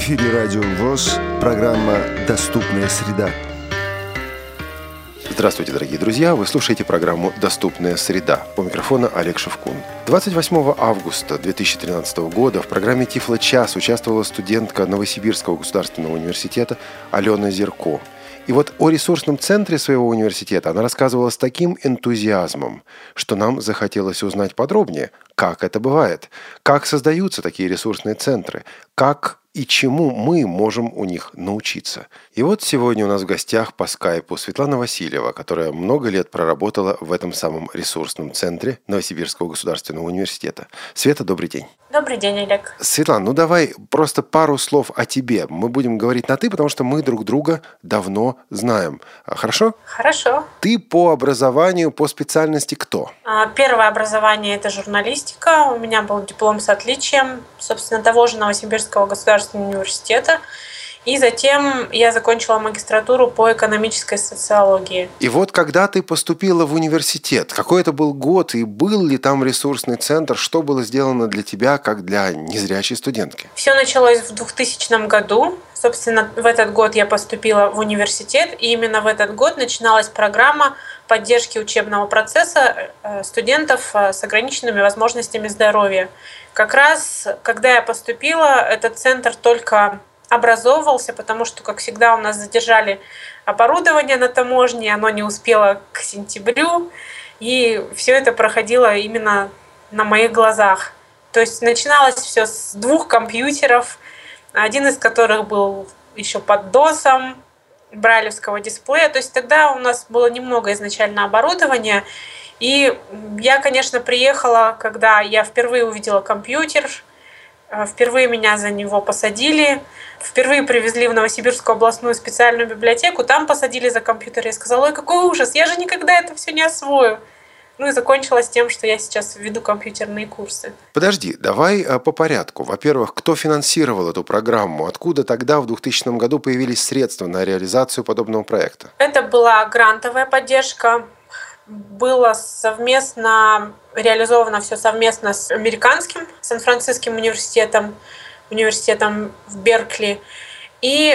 эфире Радио ВОС, программа «Доступная среда». Здравствуйте, дорогие друзья! Вы слушаете программу «Доступная среда». У микрофона Олег Шевкун. 28 августа 2013 года в программе «Тифло-час» участвовала студентка Новосибирского государственного университета Алена Зерко. И вот о ресурсном центре своего университета она рассказывала с таким энтузиазмом, что нам захотелось узнать подробнее, как это бывает, как создаются такие ресурсные центры, как и чему мы можем у них научиться. И вот сегодня у нас в гостях по скайпу Светлана Васильева, которая много лет проработала в этом самом ресурсном центре Новосибирского государственного университета. Света, добрый день. Добрый день, Олег. Светлана, давай просто пару слов о тебе. Мы будем говорить на «ты», потому что мы друг друга давно знаем. Хорошо? Хорошо. Ты по образованию, по специальности кто? Первое образование – это журналистика. У меня был диплом с отличием, собственно, того же Новосибирского государственного университета. И затем я закончила магистратуру по экономической социологии. И вот когда ты поступила в университет, какой это был год и был ли там ресурсный центр, что было сделано для тебя, как для незрячей студентки? Все началось в 2000 году. Собственно, в этот год я поступила в университет, и именно в этот год начиналась программа поддержки учебного процесса студентов с ограниченными возможностями здоровья. Как раз, когда я поступила, этот центр только образовывался, потому что, как всегда, у нас задержали оборудование на таможне, оно не успело к сентябрю, и все это проходило именно на моих глазах. То есть начиналось все с 2 компьютеров, один из которых был еще под DOS, брайлевского дисплея. То есть тогда у нас было немного изначально оборудования, и я, конечно, приехала, когда я впервые увидела компьютер, впервые меня за него посадили, впервые привезли в Новосибирскую областную специальную библиотеку, там посадили за компьютер. Я сказала: ой, какой ужас, я же никогда это все не освою. Ну и закончилось тем, что я сейчас веду компьютерные курсы. Подожди, давай по порядку. Во-первых, кто финансировал эту программу? Откуда тогда в 2000 году появились средства на реализацию подобного проекта? Это была грантовая поддержка. Было совместно реализовано все совместно с американским Сан-Франциским университетом в Беркли и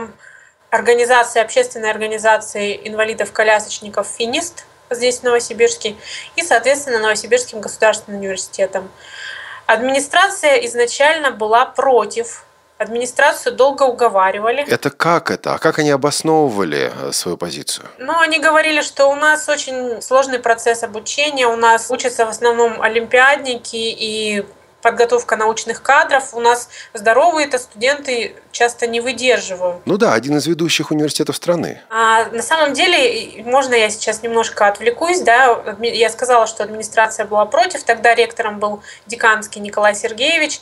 общественной организацией инвалидов-колясочников «Финист» здесь, в Новосибирске, и, соответственно, Новосибирским государственным университетом. Администрация изначально была против. Администрацию долго уговаривали. Это как это? А как они обосновывали свою позицию? Они говорили, что у нас очень сложный процесс обучения, у нас учатся в основном олимпиадники и подготовка научных кадров. У нас здоровые-то студенты часто не выдерживают. Ну да, один из ведущих университетов страны. На самом деле, можно я сейчас немножко отвлекусь, да? Я сказала, что администрация была против, тогда ректором был Диканский Николай Сергеевич.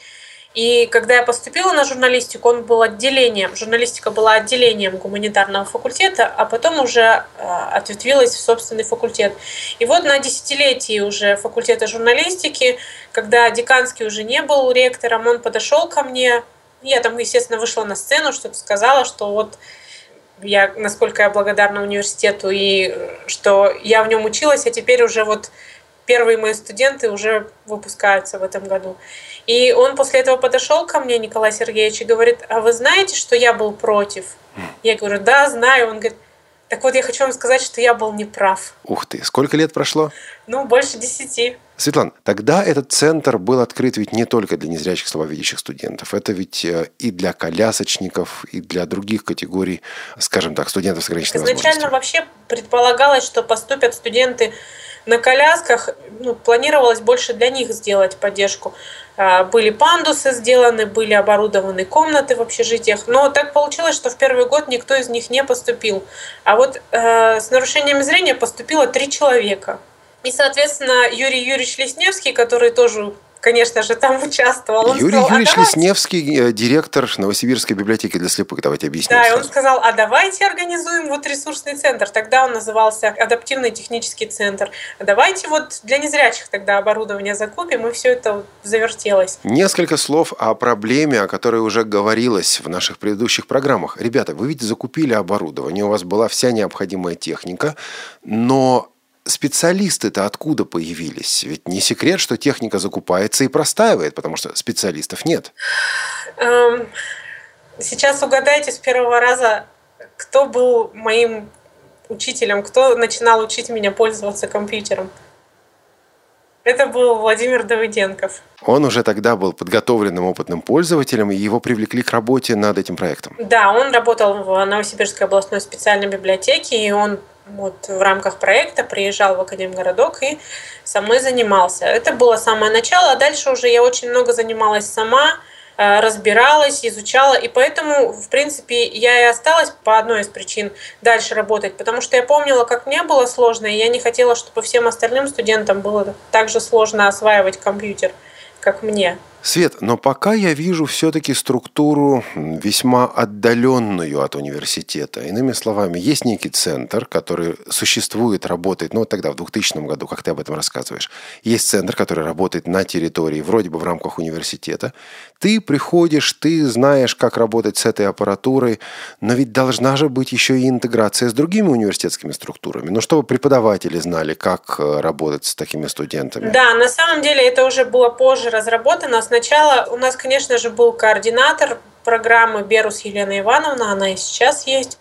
И когда я поступила на журналистику, он был отделением, журналистика была отделением гуманитарного факультета, а потом уже ответвилась в собственный факультет. И вот на десятилетии уже факультета журналистики, когда Диканский уже не был ректором, он подошел ко мне. Я там, естественно, вышла на сцену, что-то сказала, что вот насколько я благодарна университету и что я в нем училась, а теперь уже вот первые мои студенты уже выпускаются в этом году. И он после этого подошел ко мне, Николай Сергеевич, и говорит: а вы знаете, что я был против? Я говорю: да, знаю. Он говорит: так вот, я хочу вам сказать, что я был неправ. Ух ты, сколько лет прошло? Больше 10. Светлана, тогда этот центр был открыт ведь не только для незрячих слабовидящих студентов. Это ведь и для колясочников, и для других категорий, скажем так, студентов с ограниченными возможностями. Изначально вообще предполагалось, что поступят студенты на колясках. Планировалось больше для них сделать поддержку. Были пандусы сделаны, были оборудованы комнаты в общежитиях. Но так получилось, что в первый год никто из них не поступил. А вот с нарушениями зрения поступило 3 человека. И, соответственно, Юрий Юрьевич Лесневский, который тоже, конечно же, там участвовал. Юрий Юрьевич Лесневский, директор Новосибирской библиотеки для слепых. Давайте объясним. Да, и он сказал: а давайте организуем ресурсный центр. Тогда он назывался Адаптивный технический центр. Давайте для незрячих тогда оборудование закупим, и все это завертелось. Несколько слов о проблеме, о которой уже говорилось в наших предыдущих программах. Ребята, вы ведь закупили оборудование, у вас была вся необходимая техника, но специалисты-то откуда появились? Ведь не секрет, что техника закупается и простаивает, потому что специалистов нет. Сейчас угадайте с первого раза, кто был моим учителем, кто начинал учить меня пользоваться компьютером. Это был Владимир Давыденков. Он уже тогда был подготовленным опытным пользователем, и его привлекли к работе над этим проектом. Да, он работал в Новосибирской областной специальной библиотеке, и он в рамках проекта приезжал в Академгородок и со мной занимался. Это было самое начало, а дальше уже я очень много занималась сама, разбиралась, изучала, и поэтому, в принципе, я и осталась по одной из причин дальше работать, потому что я помнила, как мне было сложно, и я не хотела, чтобы всем остальным студентам было так же сложно осваивать компьютер, как мне. Свет, но пока я вижу все-таки структуру весьма отдаленную от университета. Иными словами, есть некий центр, который существует, работает, тогда, в 2000 году, как ты об этом рассказываешь. Есть центр, который работает на территории, вроде бы в рамках университета. Ты приходишь, ты знаешь, как работать с этой аппаратурой, но ведь должна же быть еще и интеграция с другими университетскими структурами. Чтобы преподаватели знали, как работать с такими студентами. Да, на самом деле это уже было позже разработано. Сначала у нас, конечно же, был координатор программы Берус Елена Ивановна, она и сейчас есть.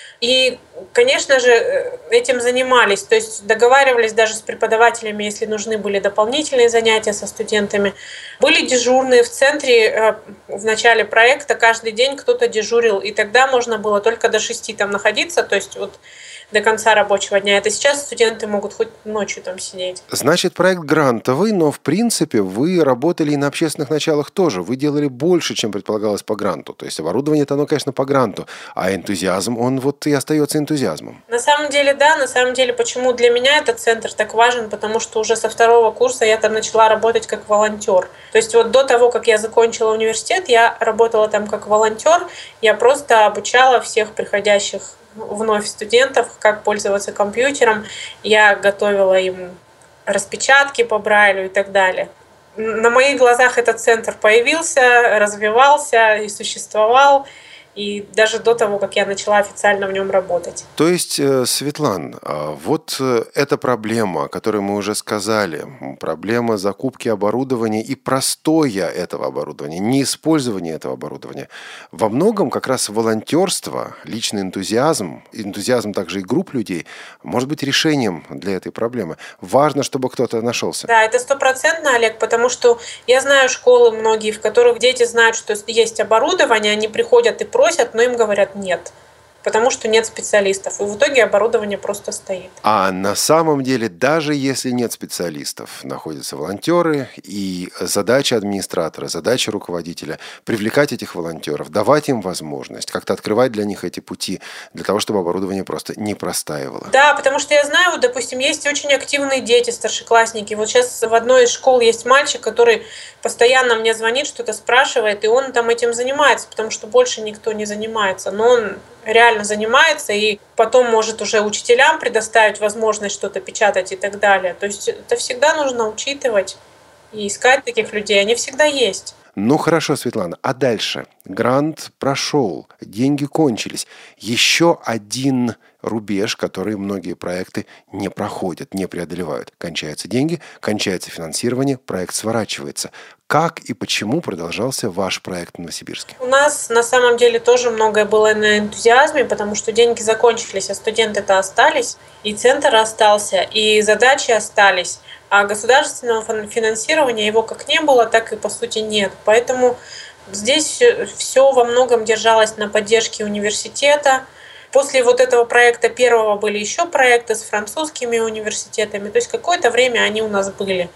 И, конечно же, этим занимались, то есть договаривались даже с преподавателями, если нужны были дополнительные занятия со студентами. Были дежурные в центре в начале проекта, каждый день кто-то дежурил, и тогда можно было только до 6 там находиться, то есть до конца рабочего дня. Это сейчас студенты могут хоть ночью там сидеть. Значит, проект грантовый, но в принципе вы работали и на общественных началах тоже. Вы делали больше, чем предполагалось по гранту. То есть оборудование-то оно, конечно, по гранту, а энтузиазм, он и остается энтузиазмом. На самом деле, да. На самом деле, почему для меня этот центр так важен? Потому что уже со 2-го курса я там начала работать как волонтер. То есть до того, как я закончила университет, я работала там как волонтер. Я просто обучала всех приходящих вновь студентов, как пользоваться компьютером. Я готовила им распечатки по Брайлю и так далее. На моих глазах этот центр появился, развивался и существовал, и даже до того, как я начала официально в нем работать. То есть, Светлана, эта проблема, о которой мы уже сказали, проблема закупки оборудования и простоя этого оборудования, неиспользования этого оборудования, во многом как раз волонтерство, личный энтузиазм также и групп людей, может быть решением для этой проблемы. Важно, чтобы кто-то нашелся. Да, это 100%, Олег, потому что я знаю школы многие, в которых дети знают, что есть оборудование, они приходят и просят, но им говорят нет, потому что нет специалистов. И в итоге оборудование просто стоит. А на самом деле, даже если нет специалистов, находятся волонтеры, и задача администратора, задача руководителя привлекать этих волонтеров, давать им возможность, как-то открывать для них эти пути, для того, чтобы оборудование просто не простаивало. Да, потому что я знаю, допустим, есть очень активные дети, старшеклассники. Сейчас в одной из школ есть мальчик, который постоянно мне звонит, что-то спрашивает, и он там этим занимается, потому что больше никто не занимается. Но он реально занимается и потом может уже учителям предоставить возможность что-то печатать и так далее. То есть это всегда нужно учитывать и искать таких людей. Они всегда есть. Хорошо, Светлана. А дальше? Грант прошел, деньги кончились. Еще один рубеж, который многие проекты не проходят, не преодолевают. Кончаются деньги, кончается финансирование, проект сворачивается. Как и почему продолжался ваш проект в Новосибирске? У нас на самом деле тоже многое было на энтузиазме, потому что деньги закончились, а студенты-то остались, и центр остался, и задачи остались. А государственного финансирования его как не было, так и по сути нет. Поэтому здесь все во многом держалось на поддержке университета. После этого проекта первого были еще проекты с французскими университетами. То есть какое-то время они у нас были.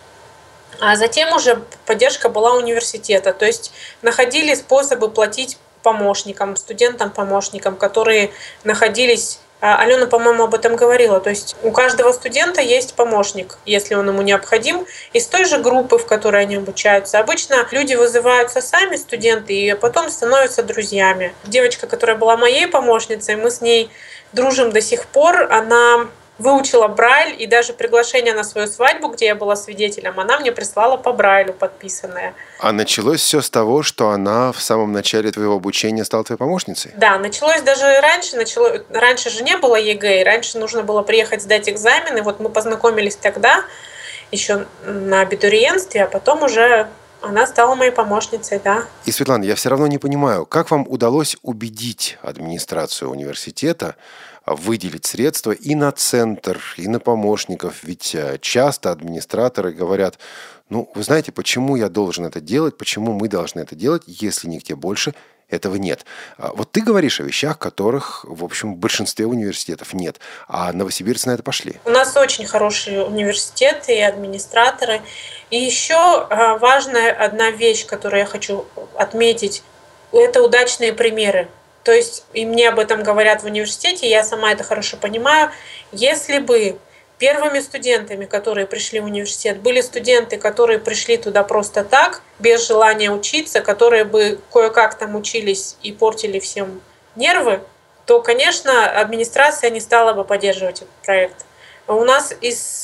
А затем уже поддержка была университета. То есть находили способы платить помощникам, студентам-помощникам, которые находились... Алена, по-моему, об этом говорила. То есть у каждого студента есть помощник, если он ему необходим, из той же группы, в которой они обучаются. Обычно люди вызываются сами, студенты, и потом становятся друзьями. Девочка, которая была моей помощницей, мы с ней дружим до сих пор. Она выучила Брайль, и даже приглашение на свою свадьбу, где я была свидетелем, она мне прислала по Брайлю подписанное. А началось все с того, что она в самом начале твоего обучения стала твоей помощницей? Да, началось даже раньше. Раньше же не было ЕГЭ, раньше нужно было приехать сдать экзамены. Мы познакомились тогда, еще на абитуриентстве, а потом уже Она стала моей помощницей, да. И, Светлана, я все равно не понимаю, как вам удалось убедить администрацию университета выделить средства и на центр, и на помощников? Ведь часто администраторы говорят: ну, вы знаете, почему я должен это делать, почему мы должны это делать, если нигде больше этого нет. Вот ты говоришь о вещах, которых, в общем, в большинстве университетов нет, а новосибирцы на это пошли. У нас очень хорошие университеты и администраторы. И еще важная одна вещь, которую я хочу отметить, это удачные примеры. То есть, и мне об этом говорят в университете, я сама это хорошо понимаю. Если бы первыми студентами, которые пришли в университет, были студенты, которые пришли туда просто так, без желания учиться, которые бы кое-как там учились и портили всем нервы, то, конечно, администрация не стала бы поддерживать этот проект. У нас из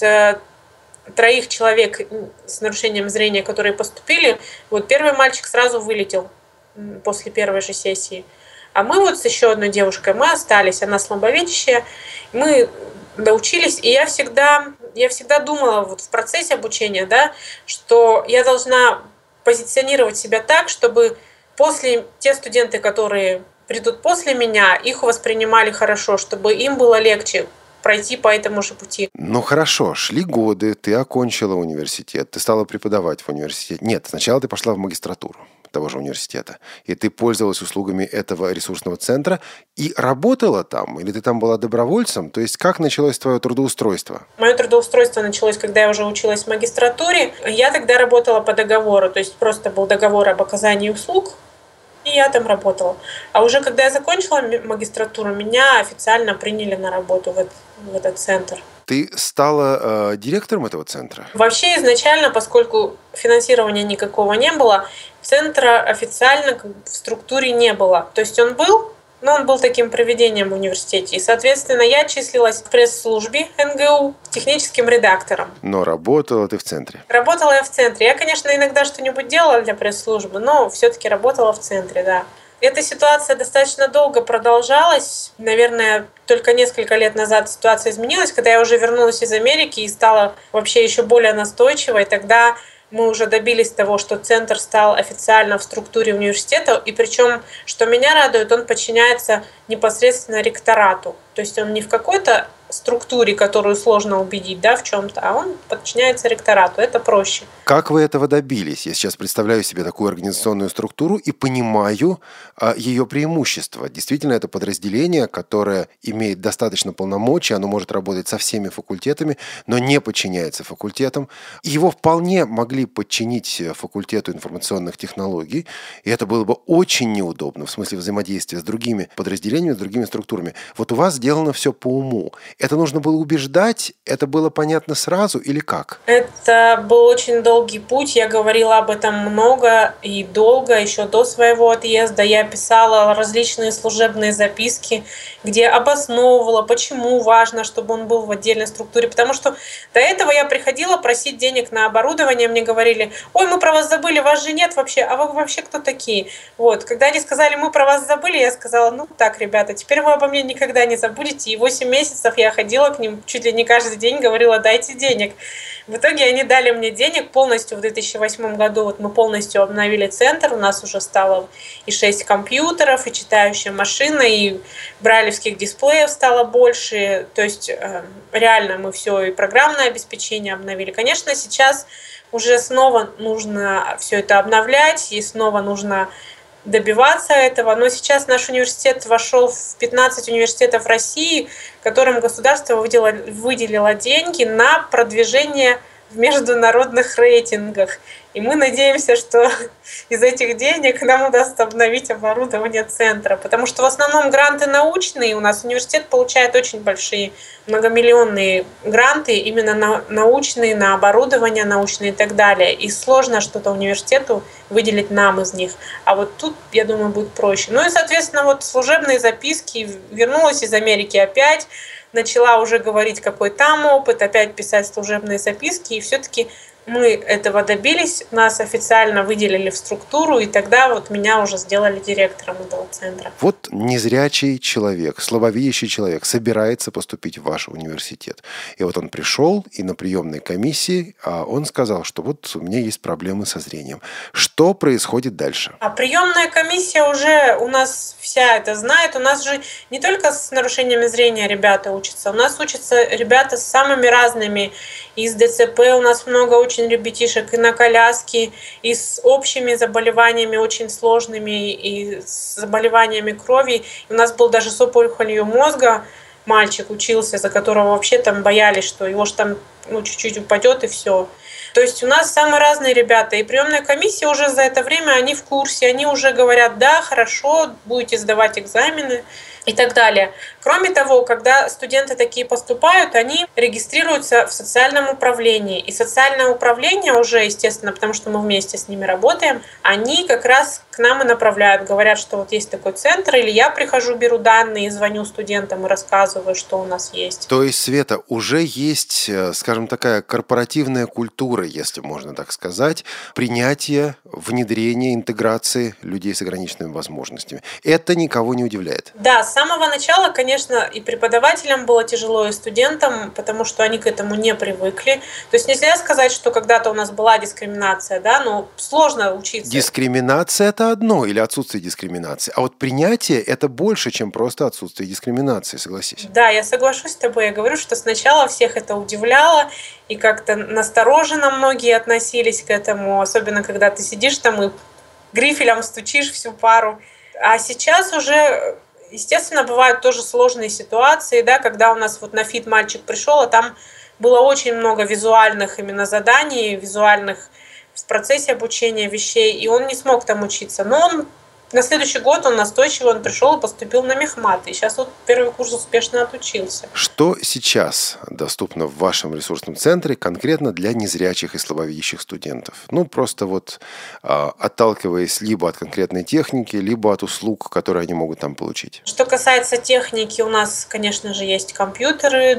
3 человек с нарушением зрения, которые поступили, вот первый мальчик сразу вылетел после первой же сессии. А мы вот с еще одной девушкой, мы остались, она слабовидящая, мы доучились, и я всегда думала вот в процессе обучения, да, что я должна позиционировать себя так, чтобы те студенты, которые придут после меня, их воспринимали хорошо, чтобы им было легче пройти по этому же пути. Ну хорошо, шли годы, ты окончила университет, ты стала преподавать в университете. Нет, сначала ты пошла в магистратуру того же университета, и ты пользовалась услугами этого ресурсного центра и работала там, или ты там была добровольцем? То есть как началось твое трудоустройство? Мое трудоустройство началось, когда я уже училась в магистратуре. Я тогда работала по договору, то есть просто был договор об оказании услуг, и я там работала. А уже когда я закончила магистратуру, меня официально приняли на работу в этот центр. Ты стала директором этого центра? Вообще изначально, поскольку финансирования никакого не было, центра официально в структуре не было. То есть он был, но он был таким проведением в университете. И, соответственно, я числилась в пресс-службе НГУ техническим редактором. Но работала ты в центре? Работала я в центре. Я, конечно, иногда что-нибудь делала для пресс-службы, но все-таки работала в центре, да. Эта ситуация достаточно долго продолжалась. Наверное, только несколько лет назад ситуация изменилась, когда я уже вернулась из Америки и стала вообще еще более настойчивой. Тогда мы уже добились того, что центр стал официально в структуре университета. И причем, что меня радует, он подчиняется непосредственно ректорату. То есть он не в какой-то структуре, которую сложно убедить, да, в чем-то, а он подчиняется ректорату. Это проще. Как вы этого добились? Я сейчас представляю себе такую организационную структуру и понимаю ее преимущества. Действительно, это подразделение, которое имеет достаточно полномочий, оно может работать со всеми факультетами, но не подчиняется факультетам. И его вполне могли подчинить факультету информационных технологий, и это было бы очень неудобно в смысле взаимодействия с другими подразделениями, с другими структурами. Вот у вас сделано все по уму. Это нужно было убеждать? Это было понятно сразу или как? Это был очень долгий путь. Я говорила об этом много и долго, еще до своего отъезда. Я писала различные служебные записки, где обосновывала, почему важно, чтобы он был в отдельной структуре. Потому что до этого я приходила просить денег на оборудование. Мне говорили: ой, мы про вас забыли, вас же нет вообще. А вы вообще кто такие? Вот. Когда они сказали: мы про вас забыли, я сказала: ну так, ребята, теперь вы обо мне никогда не забудете. И 8 месяцев я ходила к ним чуть ли не каждый день, говорила: дайте денег. В итоге они дали мне денег полностью в 2008 году. Вот мы полностью обновили центр, у нас уже стало и 6 компьютеров, и читающая машина, и брайлевских дисплеев стало больше. То есть реально мы все и программное обеспечение обновили. Конечно, сейчас уже снова нужно все это обновлять, и снова нужно добиваться этого. Но сейчас наш университет вошел в 15 университетов России, которым государство выделило деньги на продвижение в международных рейтингах. И мы надеемся, что из этих денег нам удастся обновить оборудование центра. Потому что в основном гранты научные. У нас университет получает очень большие, многомиллионные гранты именно на научные, на оборудование научное и так далее. И сложно что-то университету выделить нам из них. А вот тут, я думаю, будет проще. Ну и, соответственно, вот служебные записки. Вернулась из Америки опять. Начала уже говорить, какой там опыт, опять писать служебные записки. И все-таки мы этого добились, нас официально выделили в структуру, и тогда вот меня уже сделали директором этого центра. Вот незрячий человек, слабовидящий человек собирается поступить в ваш университет. И вот он пришел, и на приемной комиссии он сказал, что вот у меня есть проблемы со зрением. Что происходит дальше? А приемная комиссия уже у нас вся это знает. У нас же не только с нарушениями зрения ребята учатся. У нас учатся ребята с самыми разными. И с ДЦП у нас много очень ребятишек, и на коляске, и с общими заболеваниями очень сложными, и с заболеваниями крови. И у нас был даже с опухолью мозга мальчик учился, за которого вообще там боялись, что его ж там чуть-чуть упадет и все. То есть у нас самые разные ребята. И приемная комиссия уже за это время, они в курсе, они уже говорят, да, хорошо, будете сдавать экзамены и так далее. Кроме того, когда студенты такие поступают, они регистрируются в социальном управлении. И социальное управление уже, естественно, потому что мы вместе с ними работаем, они как раз к нам и направляют. Говорят, что вот есть такой центр, или я прихожу, беру данные и звоню студентам и рассказываю, что у нас есть. То есть, Света, уже есть, скажем, такая корпоративная культура, если можно так сказать, принятия, внедрения, интеграции людей с ограниченными возможностями. Это никого не удивляет. Да, с самого начала, конечно, и преподавателям было тяжело, и студентам, потому что они к этому не привыкли. То есть нельзя сказать, что когда-то у нас была дискриминация, да, но сложно учиться. Дискриминация – это одно, или отсутствие дискриминации. А вот принятие – это больше, чем просто отсутствие дискриминации, согласись. Да, я соглашусь с тобой. Я говорю, что сначала всех это удивляло, и как-то настороженно многие относились к этому, особенно когда ты сидишь там и грифелем стучишь всю пару. А сейчас уже... Естественно, бывают тоже сложные ситуации, да, когда у нас вот на ФИТ мальчик пришел, а там было очень много визуальных именно заданий, визуальных в процессе обучения вещей, и он не смог там учиться. Но он на следующий год он настойчиво, он пришел и поступил на мехмат, и сейчас вот первый курс успешно отучился. Что сейчас доступно в вашем ресурсном центре конкретно для незрячих и слабовидящих студентов? Ну, просто вот отталкиваясь либо от конкретной техники, либо от услуг, которые они могут там получить. Что касается техники, у нас, конечно же, есть компьютеры,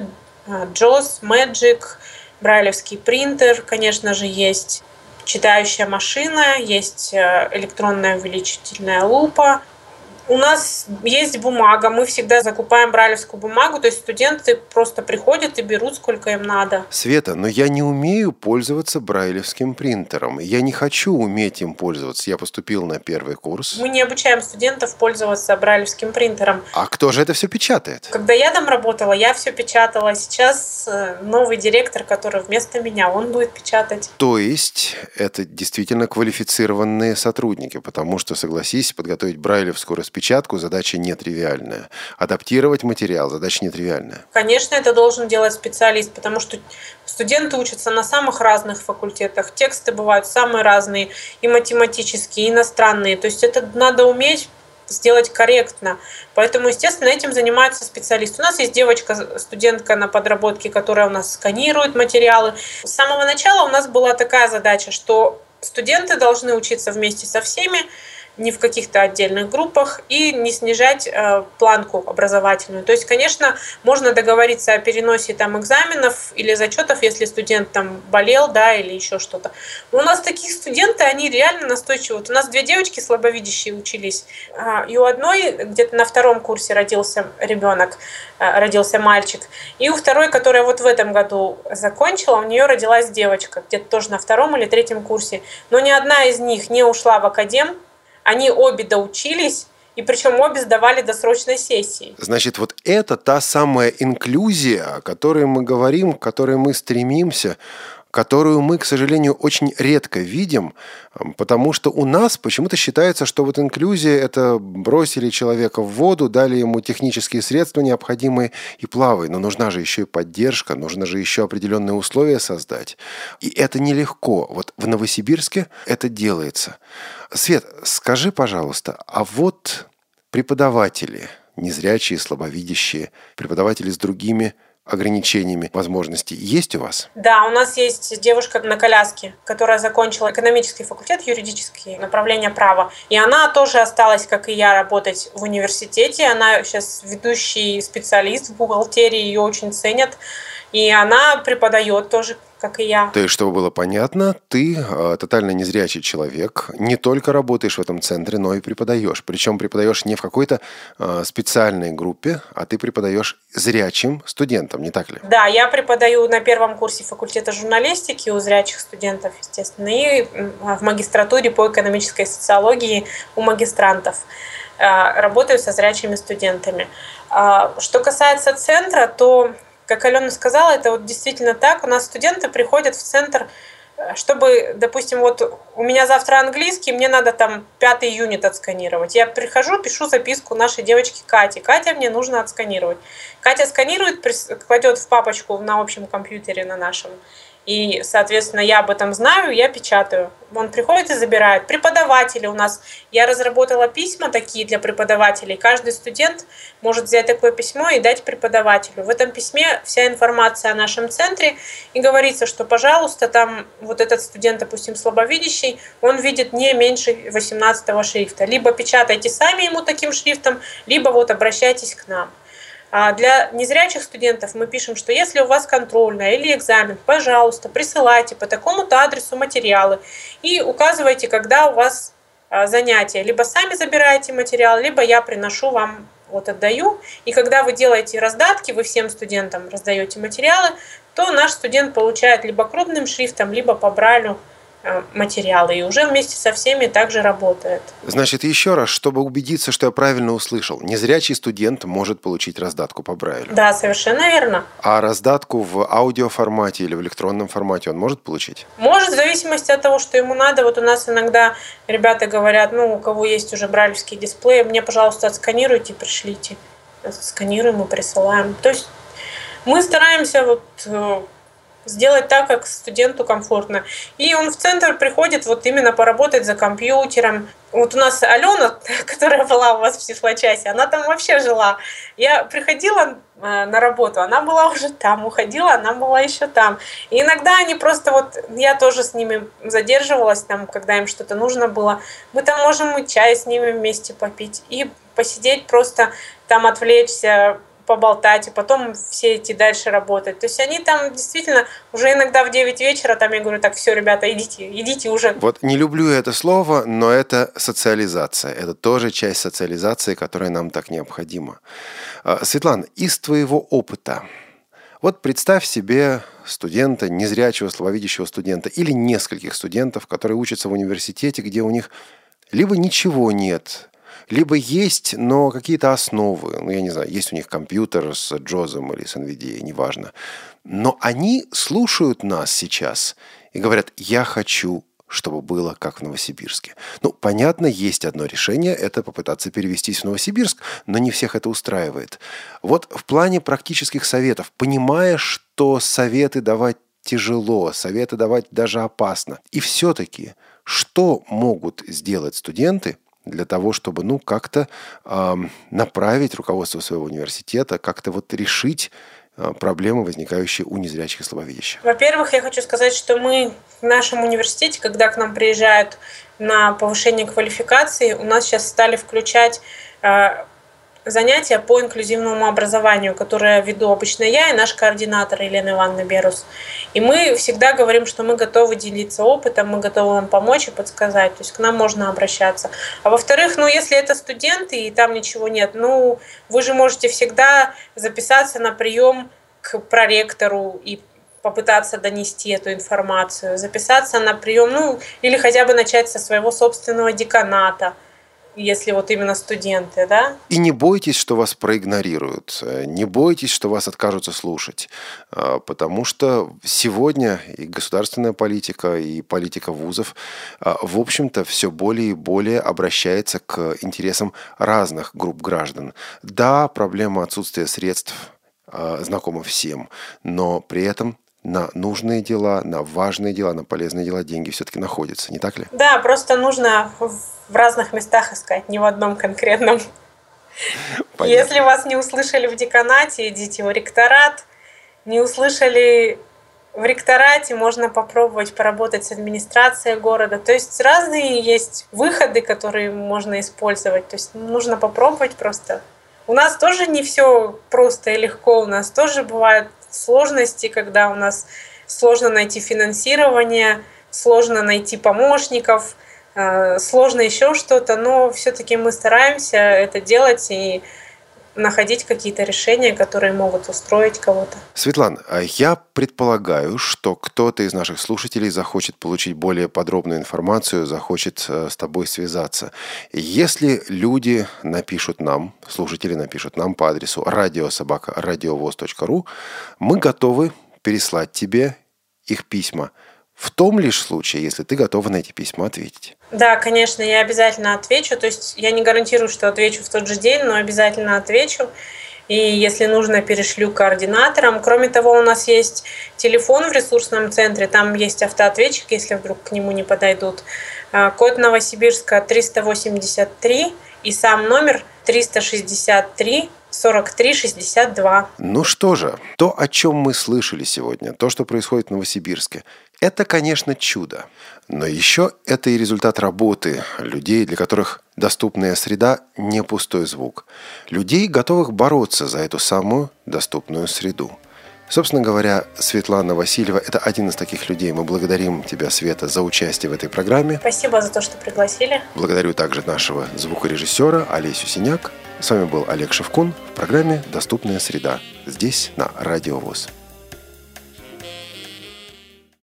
JAWS, Magic, брайлевский принтер, конечно же, есть читающая машина, есть электронная увеличительная лупа. У нас есть бумага, мы всегда закупаем брайлевскую бумагу, то есть студенты просто приходят и берут, сколько им надо. Света, но я не умею пользоваться брайлевским принтером. Я не хочу уметь им пользоваться. Я поступил на первый курс. Мы не обучаем студентов пользоваться брайлевским принтером. А кто же это все печатает? Когда я там работала, я все печатала. Сейчас новый директор, который вместо меня, он будет печатать. То есть это действительно квалифицированные сотрудники, потому что, согласись, подготовить брайлевскую распечатку задача нетривиальная. Адаптировать материал задача нетривиальная. Конечно, это должен делать специалист, потому что студенты учатся на самых разных факультетах. Тексты бывают самые разные, и математические, и иностранные. То есть это надо уметь сделать корректно. Поэтому, естественно, этим занимается специалист. У нас есть девочка, студентка на подработке, которая у нас сканирует материалы. С самого начала у нас была такая задача, что студенты должны учиться вместе со всеми, не в каких-то отдельных группах, и не снижать планку образовательную. То есть, конечно, можно договориться о переносе там экзаменов или зачетов, если студент там болел, да, или еще что-то. Но у нас такие студенты, они реально настойчивы. Вот у нас 2 девочки слабовидящие учились, и у одной где-то на 2-м курсе родился ребенок, родился мальчик, и у второй, которая вот в этом году закончила, у нее родилась девочка, где-то тоже на 2-м или 3-м курсе. Но ни одна из них не ушла в академ. Они обе доучились, и причем обе сдавали досрочной сессии. Значит, вот это та самая инклюзия, о которой мы говорим, к которой мы стремимся, которую мы, к сожалению, очень редко видим, потому что у нас почему-то считается, что вот инклюзия – это бросили человека в воду, дали ему технические средства необходимые и плавай. Но нужна же еще и поддержка, нужно же еще определенные условия создать. И это нелегко. Вот в Новосибирске это делается. Свет, скажи, пожалуйста, а вот преподаватели, незрячие, слабовидящие, преподаватели с другими ограничениями возможностей есть у вас? Да, у нас есть девушка на коляске, которая закончила экономический факультет, юридическое направление права. И она тоже осталась, как и я, работать в университете. Она сейчас ведущий специалист в бухгалтерии, ее очень ценят. И она преподает тоже как и я. То есть, чтобы было понятно, ты тотально незрячий человек, не только работаешь в этом центре, но и преподаешь. Причем преподаешь не в какой-то специальной группе, а ты преподаешь зрячим студентам, не так ли? Да, я преподаю на первом курсе факультета журналистики у зрячих студентов, естественно, и в магистратуре по экономической социологии у магистрантов. Работаю со зрячими студентами. Что касается центра, то, как Алена сказала, это вот действительно так. У нас студенты приходят в центр, чтобы, допустим, вот у меня завтра английский, мне надо там 5-й юнит отсканировать. Я прихожу, пишу записку нашей девочке Кате. Катя, мне нужно отсканировать. Катя сканирует, кладет в папочку на общем компьютере на нашем. И, соответственно, я об этом знаю, я печатаю. Он приходит и забирает. Преподаватели у нас. Я разработала письма такие для преподавателей. Каждый студент может взять такое письмо и дать преподавателю. В этом письме вся информация о нашем центре. И говорится, что, пожалуйста, там вот этот студент, допустим, слабовидящий, он видит не меньше 18-го шрифта. Либо печатайте сами ему таким шрифтом, либо вот обращайтесь к нам. Для незрячих студентов мы пишем, что если у вас контрольная или экзамен, пожалуйста, присылайте по такому-то адресу материалы и указывайте, когда у вас занятия. Либо сами забираете материал, либо я приношу вам, вот отдаю. И когда вы делаете раздатки, вы всем студентам раздаете материалы, то наш студент получает либо крупным шрифтом, либо по Брайлю материалы, и уже вместе со всеми также работает. Значит, еще раз, чтобы убедиться, что я правильно услышал, незрячий студент может получить раздатку по Брайлю? Да, совершенно верно. А раздатку в аудиоформате или в электронном формате он может получить? Может, в зависимости от того, что ему надо. Вот у нас иногда ребята говорят, у кого есть уже брайлевские дисплеи, мне, пожалуйста, отсканируйте, пришлите. Сканируем и присылаем. То есть мы стараемся сделать так, как студенту комфортно. И он в центр приходит вот именно поработать за компьютером. Вот у нас Алена, которая была у вас в Тифлочасе, она там вообще жила. Я приходила на работу, она была уже там, уходила, она была еще там. И иногда они просто я тоже с ними задерживалась, там, когда им что-то нужно было. Мы там можем и чай с ними вместе попить, и посидеть просто там, отвлечься, поболтать, и потом все идти дальше работать. То есть они там действительно уже иногда в 9 вечера, там я говорю, так, все, ребята, идите уже. Вот не люблю это слово, но это социализация. Это тоже часть социализации, которая нам так необходима. Светлана, из твоего опыта, вот представь себе студента, незрячего, слабовидящего студента или нескольких студентов, которые учатся в университете, где у них либо ничего нет, либо есть, но какие-то основы. Я не знаю, есть у них компьютер с JAWS или с NVIDIA, неважно. Но они слушают нас сейчас и говорят, я хочу, чтобы было как в Новосибирске. Понятно, есть одно решение, это попытаться перевестись в Новосибирск, но не всех это устраивает. Вот в плане практических советов, понимая, что советы давать тяжело, советы давать даже опасно, и все-таки, что могут сделать студенты, для того, чтобы, как-то направить руководство своего университета, как-то решить проблемы, возникающие у незрячих и слабовидящих? Во-первых, я хочу сказать, что мы в нашем университете, когда к нам приезжают на повышение квалификации, у нас сейчас стали включать занятия по инклюзивному образованию, которые веду обычно я и наш координатор Елена Ивановна Берус. И мы всегда говорим, что мы готовы делиться опытом, мы готовы вам помочь и подсказать. То есть к нам можно обращаться. А во-вторых, если это студенты и там ничего нет, вы же можете всегда записаться на прием к проректору и попытаться донести эту информацию, записаться на прием, или хотя бы начать со своего собственного деканата, если именно студенты, да? И не бойтесь, что вас проигнорируют, не бойтесь, что вас откажутся слушать, потому что сегодня и государственная политика, и политика вузов, в общем-то, все более и более обращается к интересам разных групп граждан. Да, проблема отсутствия средств знакома всем, но при этом на нужные дела, на важные дела, на полезные дела деньги все-таки находятся, не так ли? Да, просто нужно в разных местах искать, не в одном конкретном. Понятно. Если вас не услышали в деканате, идите в ректорат. Не услышали в ректорате, можно попробовать поработать с администрацией города. То есть разные есть выходы, которые можно использовать. То есть нужно попробовать просто. У нас тоже не все просто и легко, у нас тоже бывают сложности, когда у нас сложно найти финансирование, сложно найти помощников, сложно еще что-то, но все-таки мы стараемся это делать и находить какие-то решения, которые могут устроить кого-то. Светлана, я предполагаю, что кто-то из наших слушателей захочет получить более подробную информацию, захочет с тобой связаться. Если люди напишут нам, слушатели напишут нам по адресу radio@radiovoz.ru, мы готовы переслать тебе их письма. В том лишь случае, если ты готова на эти письма ответить. Да, конечно, я обязательно отвечу. То есть я не гарантирую, что отвечу в тот же день, но обязательно отвечу. И если нужно, перешлю координаторам. Кроме того, у нас есть телефон в ресурсном центре, там есть автоответчик, если вдруг к нему не подойдут. Код Новосибирска 383 и сам номер 363 43 62. Ну что же, то, о чем мы слышали сегодня, то, что происходит в Новосибирске, это, конечно, чудо. Но еще это и результат работы людей, для которых доступная среда – не пустой звук. Людей, готовых бороться за эту самую доступную среду. Собственно говоря, Светлана Васильева – это один из таких людей. Мы благодарим тебя, Света, за участие в этой программе. Спасибо за то, что пригласили. Благодарю также нашего звукорежиссера Олесю Синяк. С вами был Олег Шевкун в программе «Доступная среда» здесь, на Радио ВОС.